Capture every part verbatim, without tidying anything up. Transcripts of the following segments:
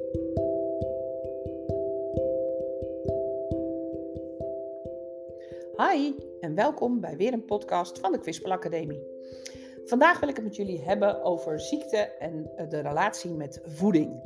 Hi en welkom bij weer een podcast van de Kwispel Academie. Vandaag wil ik het met jullie hebben over ziekte en de relatie met voeding.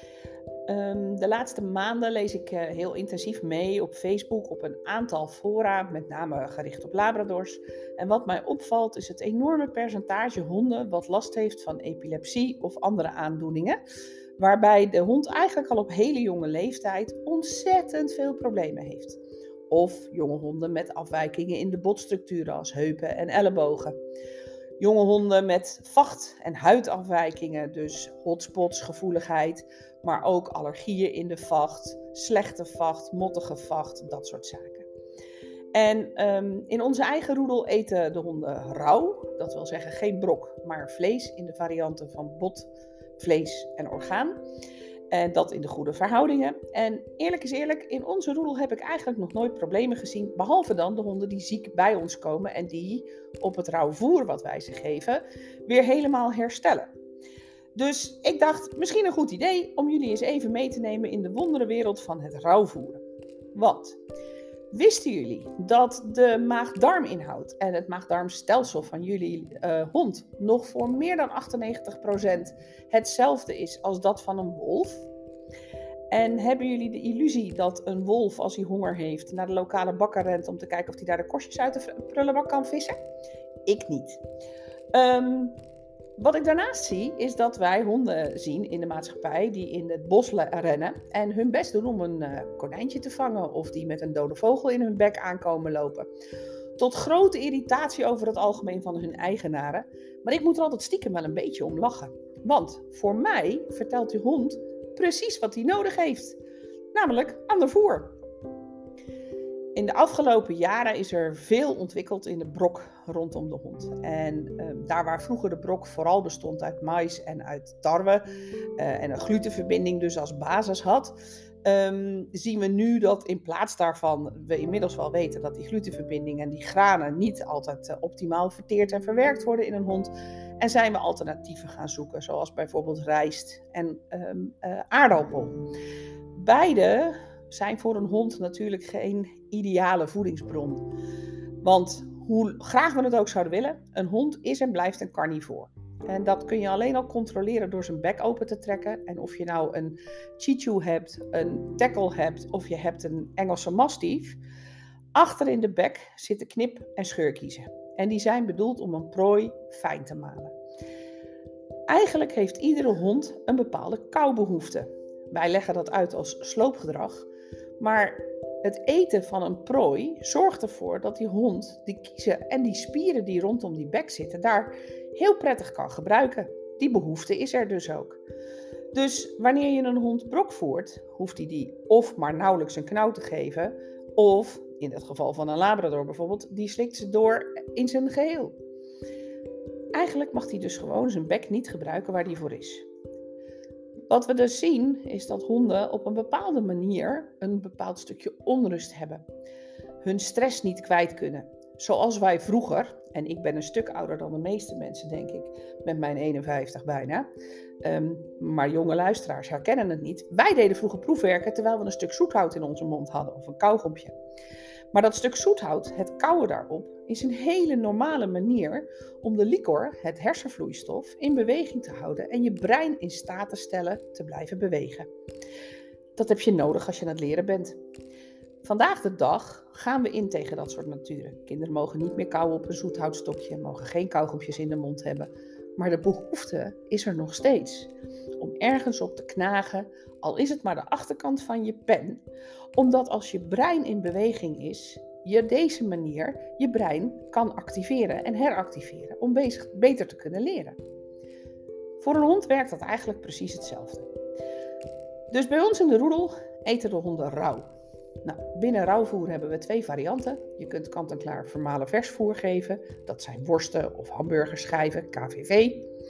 Um, de laatste maanden lees ik uh, heel intensief mee op Facebook op een aantal fora, met name gericht op labradors. En wat mij opvalt is het enorme percentage honden wat last heeft van epilepsie of andere aandoeningen. Waarbij de hond eigenlijk al op hele jonge leeftijd ontzettend veel problemen heeft. Of jonge honden met afwijkingen in de botstructuren als heupen en ellebogen. Jonge honden met vacht- en huidafwijkingen, dus hotspots, gevoeligheid, maar ook allergieën in de vacht, slechte vacht, mottige vacht, dat soort zaken. En um, in onze eigen roedel eten de honden rauw, dat wil zeggen geen brok, maar vlees in de varianten van bot, vlees en orgaan. En dat in de goede verhoudingen. En eerlijk is eerlijk, in onze roedel heb ik eigenlijk nog nooit problemen gezien. Behalve dan de honden die ziek bij ons komen en die op het rauw voer wat wij ze geven weer helemaal herstellen. Dus ik dacht, misschien een goed idee om jullie eens even mee te nemen in de wonderenwereld van het rauwvoeren. Want wisten jullie dat de maag-darminhoud en het maag-darmstelsel van jullie uh, hond nog voor meer dan achtennegentig procent hetzelfde is als dat van een wolf? En hebben jullie de illusie dat een wolf, als hij honger heeft, naar de lokale bakker rent om te kijken of hij daar de korstjes uit de prullenbak kan vissen? Ik niet. Um, Wat ik daarnaast zie, is dat wij honden zien in de maatschappij die in het bos rennen en hun best doen om een uh, konijntje te vangen of die met een dode vogel in hun bek aankomen lopen. Tot grote irritatie over het algemeen van hun eigenaren. Maar ik moet er altijd stiekem wel een beetje om lachen. Want voor mij vertelt die hond precies wat hij nodig heeft. Namelijk ander voer. In de afgelopen jaren is er veel ontwikkeld in de brok rondom de hond. En uh, daar waar vroeger de brok vooral bestond uit mais en uit tarwe uh, en een glutenverbinding dus als basis had, um, zien we nu dat in plaats daarvan we inmiddels wel weten dat die glutenverbinding en die granen niet altijd uh, optimaal verteerd en verwerkt worden in een hond. En zijn we alternatieven gaan zoeken, zoals bijvoorbeeld rijst en um, uh, aardappel. Beide zijn voor een hond natuurlijk geen ideale voedingsbron. Want hoe graag we het ook zouden willen, een hond is en blijft een carnivoor. En dat kun je alleen al controleren door zijn bek open te trekken. En of je nou een Shih Tzu hebt, een Tackle hebt of je hebt een Engelse Mastiff. Achter in de bek zitten knip- en scheurkiezen. En die zijn bedoeld om een prooi fijn te malen. Eigenlijk heeft iedere hond een bepaalde kauwbehoefte. Wij leggen dat uit als sloopgedrag. Maar het eten van een prooi zorgt ervoor dat die hond die kiezen en die spieren die rondom die bek zitten daar heel prettig kan gebruiken. Die behoefte is er dus ook. Dus wanneer je een hond brok voert, hoeft hij die of maar nauwelijks een knauw te geven, of in het geval van een labrador bijvoorbeeld, die slikt ze door in zijn geheel. Eigenlijk mag hij dus gewoon zijn bek niet gebruiken waar die voor is. Wat we dus zien is dat honden op een bepaalde manier een bepaald stukje onrust hebben. Hun stress niet kwijt kunnen. Zoals wij vroeger, en ik ben een stuk ouder dan de meeste mensen denk ik, met mijn eenenvijftig bijna. Um, maar jonge luisteraars herkennen het niet. Wij deden vroeger proefwerken terwijl we een stuk zoethout in onze mond hadden of een kauwgompje. Maar dat stuk zoethout, het kauwen daarop, is een hele normale manier om de licor, het hersenvloeistof, in beweging te houden en je brein in staat te stellen te blijven bewegen. Dat heb je nodig als je aan het leren bent. Vandaag de dag gaan we in tegen dat soort naturen. Kinderen mogen niet meer kauwen op een zoethoutstokje, mogen geen kauwgompjes in de mond hebben. Maar de behoefte is er nog steeds om ergens op te knagen, al is het maar de achterkant van je pen. Omdat als je brein in beweging is, je op deze manier je brein kan activeren en heractiveren om bezig, beter te kunnen leren. Voor een hond werkt dat eigenlijk precies hetzelfde. Dus bij ons in de roedel eten de honden rauw. Nou, binnen rauwvoer hebben we twee varianten. Je kunt kant-en-klaar vermalen versvoer geven. Dat zijn worsten of hamburgerschijven, K V V.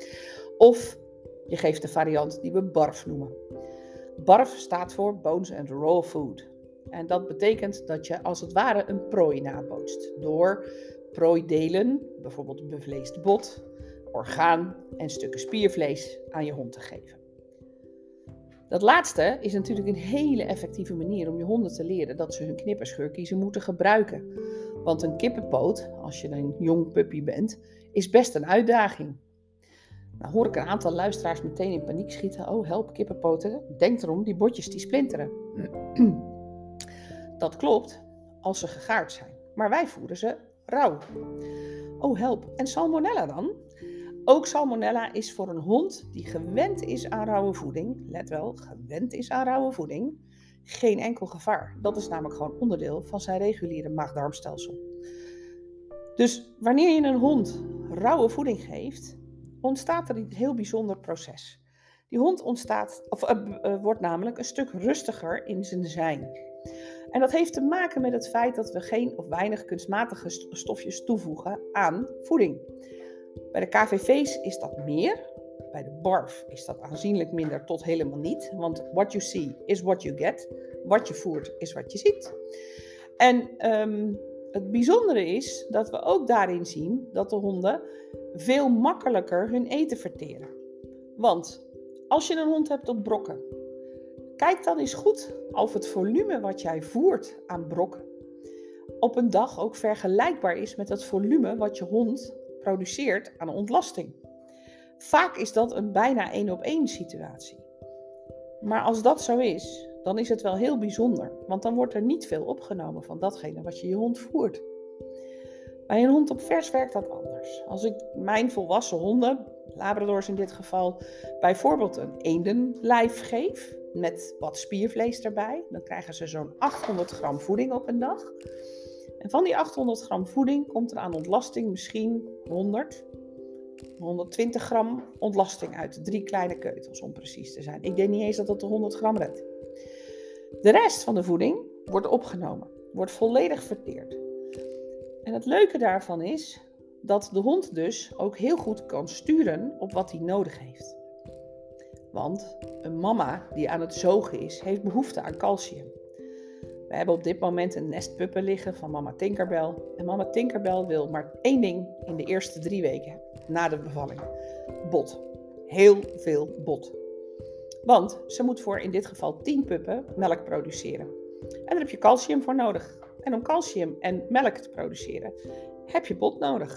Of je geeft de variant die we barf noemen. Barf staat voor Bones and Raw Food. En dat betekent dat je als het ware een prooi nabootst. Door prooidelen, bijvoorbeeld bevleesd bot, orgaan en stukken spiervlees aan je hond te geven. Dat laatste is natuurlijk een hele effectieve manier om je honden te leren dat ze hun knipperschurkiezen moeten gebruiken. Want een kippenpoot, als je een jong puppy bent, is best een uitdaging. Nou hoor ik een aantal luisteraars meteen in paniek schieten. Oh help, kippenpoten. Denk erom, die botjes die splinteren. Dat klopt, als ze gegaard zijn. Maar wij voeren ze rauw. Oh help, en salmonella dan? Ook salmonella is voor een hond die gewend is aan rauwe voeding, let wel, gewend is aan rauwe voeding, geen enkel gevaar. Dat is namelijk gewoon onderdeel van zijn reguliere maag-darmstelsel. Dus wanneer je een hond rauwe voeding geeft, ontstaat er een heel bijzonder proces. Die hond ontstaat, of, uh, uh, wordt namelijk een stuk rustiger in zijn zijn. En dat heeft te maken met het feit dat we geen of weinig kunstmatige stofjes toevoegen aan voeding. Bij de K V V's is dat meer. Bij de barf is dat aanzienlijk minder tot helemaal niet. Want what you see is what you get. Wat je voert is wat je ziet. En um, het bijzondere is dat we ook daarin zien dat de honden veel makkelijker hun eten verteren. Want als je een hond hebt op brokken, kijk dan eens goed of het volume wat jij voert aan brokken op een dag ook vergelijkbaar is met het volume wat je hond produceert aan ontlasting. Vaak is dat een bijna één op één situatie. Maar als dat zo is, dan is het wel heel bijzonder. Want dan wordt er niet veel opgenomen van datgene wat je je hond voert. Bij een hond op vers werkt dat anders. Als ik mijn volwassen honden, labradors in dit geval, bijvoorbeeld een eendenlijf geef met wat spiervlees erbij, dan krijgen ze zo'n achthonderd gram voeding op een dag. En van die achthonderd gram voeding komt er aan ontlasting misschien honderd, honderdtwintig gram ontlasting uit. Drie kleine keutels om precies te zijn. Ik denk niet eens dat het de honderd gram redt. De rest van de voeding wordt opgenomen, wordt volledig verteerd. En het leuke daarvan is dat de hond dus ook heel goed kan sturen op wat hij nodig heeft. Want een mama die aan het zogen is, heeft behoefte aan calcium. We hebben op dit moment een nest puppen liggen van mama Tinkerbell. En mama Tinkerbell wil maar één ding in de eerste drie weken na de bevalling. Bot. Heel veel bot. Want ze moet voor in dit geval tien puppen melk produceren. En daar heb je calcium voor nodig. En om calcium en melk te produceren heb je bot nodig.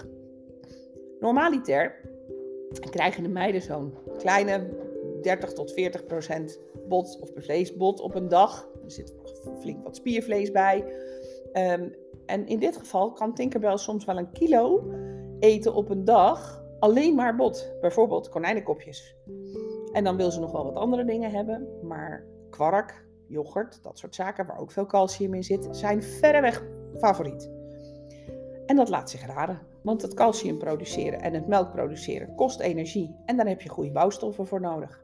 Normaliter krijgen de meiden zo'n kleine dertig tot veertig procent bot of vleesbot op een dag. Er zit flink wat spiervlees bij. Um, en in dit geval kan Tinkerbell soms wel een kilo eten op een dag. Alleen maar bot. Bijvoorbeeld konijnenkopjes. En dan wil ze nog wel wat andere dingen hebben. Maar kwark, yoghurt, dat soort zaken waar ook veel calcium in zit, zijn verreweg favoriet. En dat laat zich raden. Want het calcium produceren en het melk produceren kost energie. En daar heb je goede bouwstoffen voor nodig.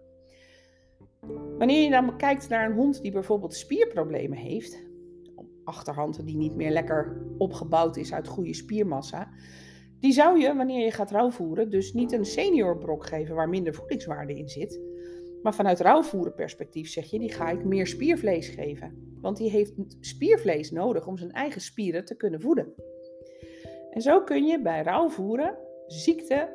Wanneer je dan kijkt naar een hond die bijvoorbeeld spierproblemen heeft, achterhand die niet meer lekker opgebouwd is uit goede spiermassa, die zou je, wanneer je gaat rauwvoeren, dus niet een senior brok geven waar minder voedingswaarde in zit. Maar vanuit rauwvoeren perspectief zeg je, die ga ik meer spiervlees geven. Want die heeft spiervlees nodig om zijn eigen spieren te kunnen voeden. En zo kun je bij rauwvoeren ziekte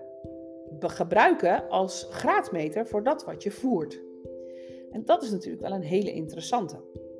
gebruiken als graadmeter voor dat wat je voert. En dat is natuurlijk wel een hele interessante.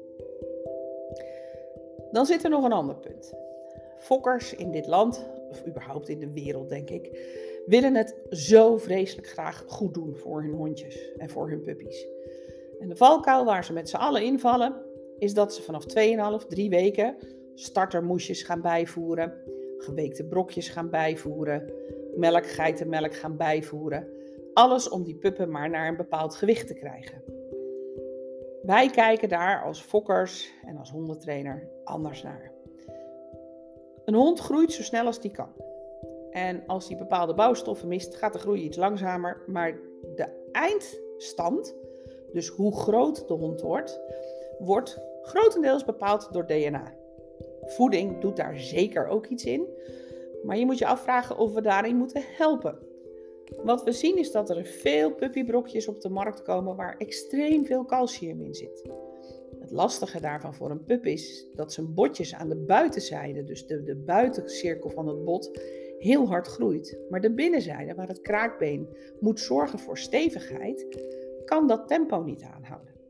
Dan zit er nog een ander punt. Fokkers in dit land, of überhaupt in de wereld denk ik, willen het zo vreselijk graag goed doen voor hun hondjes en voor hun puppies. En de valkuil waar ze met z'n allen invallen, is dat ze vanaf twee komma vijf, drie weken startermoesjes gaan bijvoeren, geweekte brokjes gaan bijvoeren, melk, geitenmelk gaan bijvoeren. Alles om die puppen maar naar een bepaald gewicht te krijgen. Wij kijken daar als fokkers en als hondentrainer anders naar. Een hond groeit zo snel als die kan. En als die bepaalde bouwstoffen mist, gaat de groei iets langzamer. Maar de eindstand, dus hoe groot de hond wordt, wordt grotendeels bepaald door D N A. Voeding doet daar zeker ook iets in. Maar je moet je afvragen of we daarin moeten helpen. Wat we zien is dat er veel puppybrokjes op de markt komen waar extreem veel calcium in zit. Het lastige daarvan voor een pup is dat zijn botjes aan de buitenzijde, dus de, de buitencirkel van het bot, heel hard groeit. Maar de binnenzijde, waar het kraakbeen moet zorgen voor stevigheid, kan dat tempo niet aanhouden.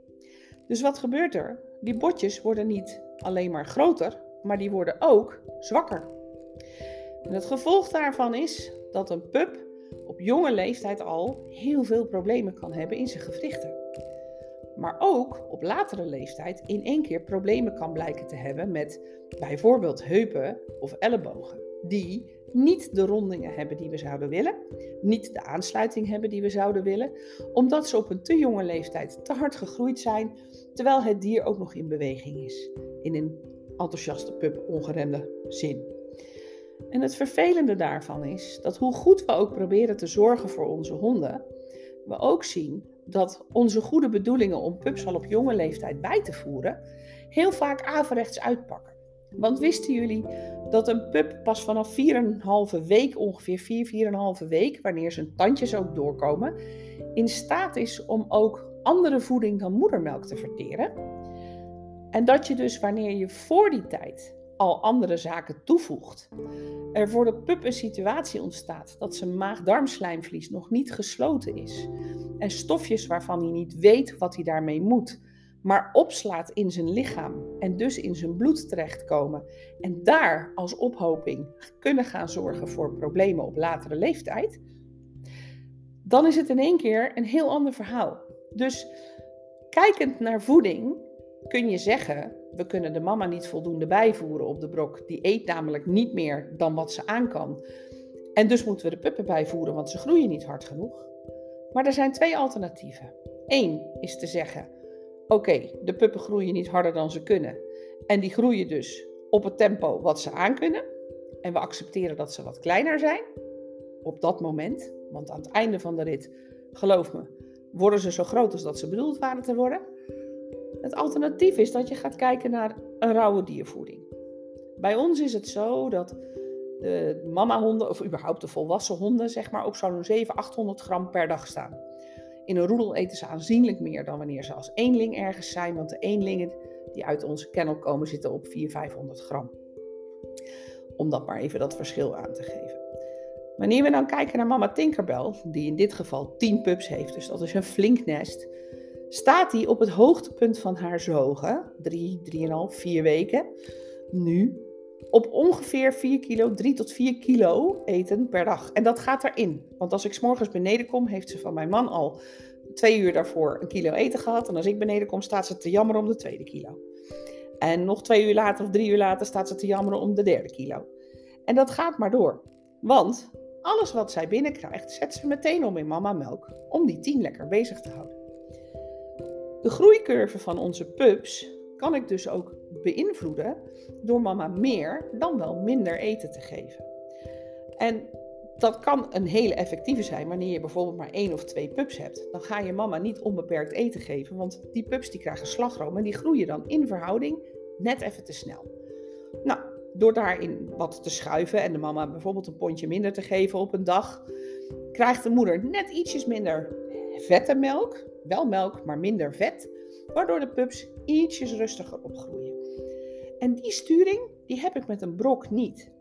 Dus wat gebeurt er? Die botjes worden niet alleen maar groter, maar die worden ook zwakker. En het gevolg daarvan is dat een pup op jonge leeftijd al heel veel problemen kan hebben in zijn gewrichten. Maar ook op latere leeftijd in één keer problemen kan blijken te hebben met bijvoorbeeld heupen of ellebogen. Die niet de rondingen hebben die we zouden willen, niet de aansluiting hebben die we zouden willen, omdat ze op een te jonge leeftijd te hard gegroeid zijn, terwijl het dier ook nog in beweging is, in een enthousiaste pup ongeremde zin. En het vervelende daarvan is dat hoe goed we ook proberen te zorgen voor onze honden, we ook zien dat onze goede bedoelingen om pups al op jonge leeftijd bij te voeren, heel vaak averechts uitpakken. Want wisten jullie dat een pup pas vanaf vier komma vijf week, ongeveer vier, vier komma vijf week, wanneer zijn tandjes ook doorkomen, in staat is om ook andere voeding dan moedermelk te verteren? En dat je dus wanneer je voor die tijd al andere zaken toevoegt, er voor de pup een situatie ontstaat dat zijn maag-darmslijmvlies nog niet gesloten is en stofjes waarvan hij niet weet wat hij daarmee moet, maar opslaat in zijn lichaam en dus in zijn bloed terechtkomen en daar als ophoping kunnen gaan zorgen voor problemen op latere leeftijd, dan is het in één keer een heel ander verhaal. Dus kijkend naar voeding kun je zeggen, we kunnen de mama niet voldoende bijvoeren op de brok. Die eet namelijk niet meer dan wat ze aan kan. En dus moeten we de puppen bijvoeren, want ze groeien niet hard genoeg. Maar er zijn twee alternatieven. Eén is te zeggen, oké, okay, de puppen groeien niet harder dan ze kunnen. En die groeien dus op het tempo wat ze aan kunnen. En we accepteren dat ze wat kleiner zijn. Op dat moment. Want aan het einde van de rit, geloof me, worden ze zo groot als dat ze bedoeld waren te worden. Het alternatief is dat je gaat kijken naar een rauwe diervoeding. Bij ons is het zo dat de mamahonden, of überhaupt de volwassen honden, zeg maar op zo'n zevenhonderd, achthonderd gram per dag staan. In een roedel eten ze aanzienlijk meer dan wanneer ze als eenling ergens zijn, want de eenlingen die uit onze kennel komen zitten op vierhonderd, vijfhonderd gram. Om dat maar even dat verschil aan te geven. Wanneer we dan kijken naar mama Tinkerbell, die in dit geval tien pups heeft, dus dat is een flink nest, staat die op het hoogtepunt van haar zogen, drie, drieënhalf, vier weken, nu op ongeveer vier kilo, drie tot vier kilo eten per dag. En dat gaat erin. Want als ik 's morgens beneden kom, heeft ze van mijn man al twee uur daarvoor een kilo eten gehad. En als ik beneden kom, staat ze te jammeren om de tweede kilo. En nog twee uur later of drie uur later staat ze te jammeren om de derde kilo. En dat gaat maar door. Want alles wat zij binnenkrijgt, zet ze meteen om in mamamelk, om die tien lekker bezig te houden. De groeicurve van onze pups kan ik dus ook beïnvloeden door mama meer dan wel minder eten te geven. En dat kan een hele effectieve zijn wanneer je bijvoorbeeld maar één of twee pups hebt. Dan ga je mama niet onbeperkt eten geven, want die pups die krijgen slagroom en die groeien dan in verhouding net even te snel. Nou, door daarin wat te schuiven en de mama bijvoorbeeld een pondje minder te geven op een dag, krijgt de moeder net ietsjes minder vette melk, wel melk, maar minder vet, waardoor de pups ietsjes rustiger opgroeien. En die sturing, die heb ik met een brok niet.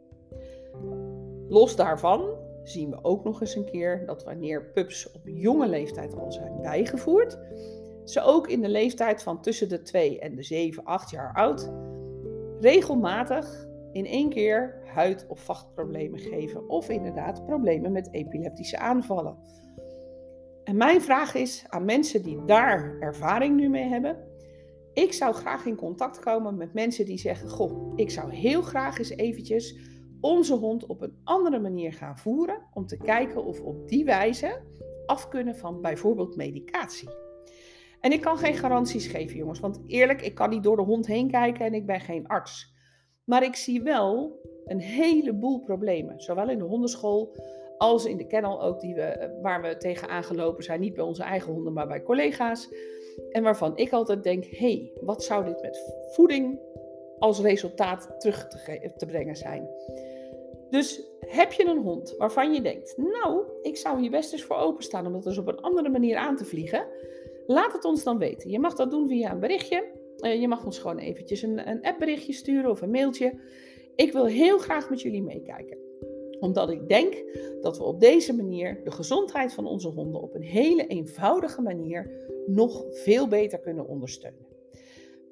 Los daarvan zien we ook nog eens een keer dat wanneer pups op jonge leeftijd al zijn bijgevoerd, ze ook in de leeftijd van tussen de twee en de zeven, acht jaar oud, regelmatig in één keer huid- of vachtproblemen geven of inderdaad problemen met epileptische aanvallen. En mijn vraag is aan mensen die daar ervaring nu mee hebben. Ik zou graag in contact komen met mensen die zeggen, goh, ik zou heel graag eens eventjes onze hond op een andere manier gaan voeren, om te kijken of we op die wijze af kunnen van bijvoorbeeld medicatie. En ik kan geen garanties geven, jongens, want eerlijk, ik kan niet door de hond heen kijken en ik ben geen arts. Maar ik zie wel een heleboel problemen, zowel in de hondenschool als in de kennel ook, die we, waar we tegenaan gelopen zijn. Niet bij onze eigen honden, maar bij collega's. En waarvan ik altijd denk, hé, hey, wat zou dit met voeding als resultaat terug te, ge- te brengen zijn? Dus heb je een hond waarvan je denkt, nou, ik zou hier best eens voor openstaan om dat dus op een andere manier aan te vliegen. Laat het ons dan weten. Je mag dat doen via een berichtje. Uh, je mag ons gewoon eventjes een, een appberichtje sturen of een mailtje. Ik wil heel graag met jullie meekijken. Omdat ik denk dat we op deze manier de gezondheid van onze honden op een hele eenvoudige manier nog veel beter kunnen ondersteunen.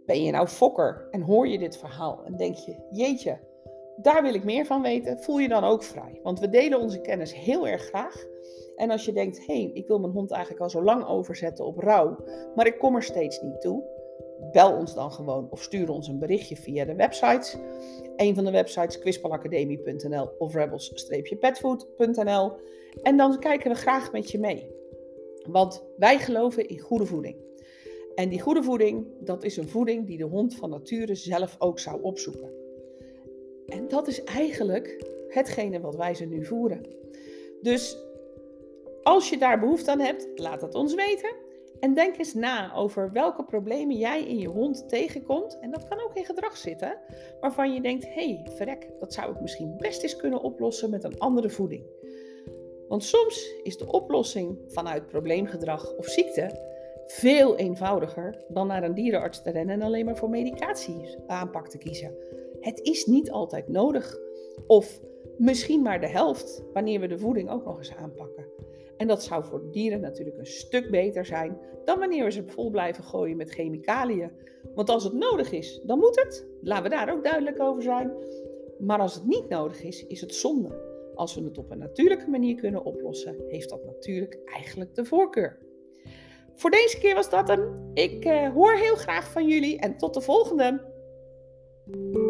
Ben je nou fokker en hoor je dit verhaal en denk je, jeetje, daar wil ik meer van weten, voel je dan ook vrij. Want we delen onze kennis heel erg graag. En als je denkt, hé, hey, ik wil mijn hond eigenlijk al zo lang overzetten op rouw, maar ik kom er steeds niet toe, bel ons dan gewoon of stuur ons een berichtje via de websites. Een van de websites kwispelacademie punt n l of rebels petfood punt n l. En dan kijken we graag met je mee. Want wij geloven in goede voeding. En die goede voeding, dat is een voeding die de hond van nature zelf ook zou opzoeken. En dat is eigenlijk hetgene wat wij ze nu voeren. Dus als je daar behoefte aan hebt, laat het ons weten. En denk eens na over welke problemen jij in je hond tegenkomt. En dat kan ook in gedrag zitten. Waarvan je denkt, hé, hey, verrek, dat zou ik misschien best eens kunnen oplossen met een andere voeding. Want soms is de oplossing vanuit probleemgedrag of ziekte veel eenvoudiger dan naar een dierenarts te rennen en alleen maar voor medicatie aanpak te kiezen. Het is niet altijd nodig. Of misschien maar de helft wanneer we de voeding ook nog eens aanpakken. En dat zou voor dieren natuurlijk een stuk beter zijn dan wanneer we ze vol blijven gooien met chemicaliën. Want als het nodig is, dan moet het. Laten we daar ook duidelijk over zijn. Maar als het niet nodig is, is het zonde. Als we het op een natuurlijke manier kunnen oplossen, heeft dat natuurlijk eigenlijk de voorkeur. Voor deze keer was dat hem. Ik uh, hoor heel graag van jullie en tot de volgende.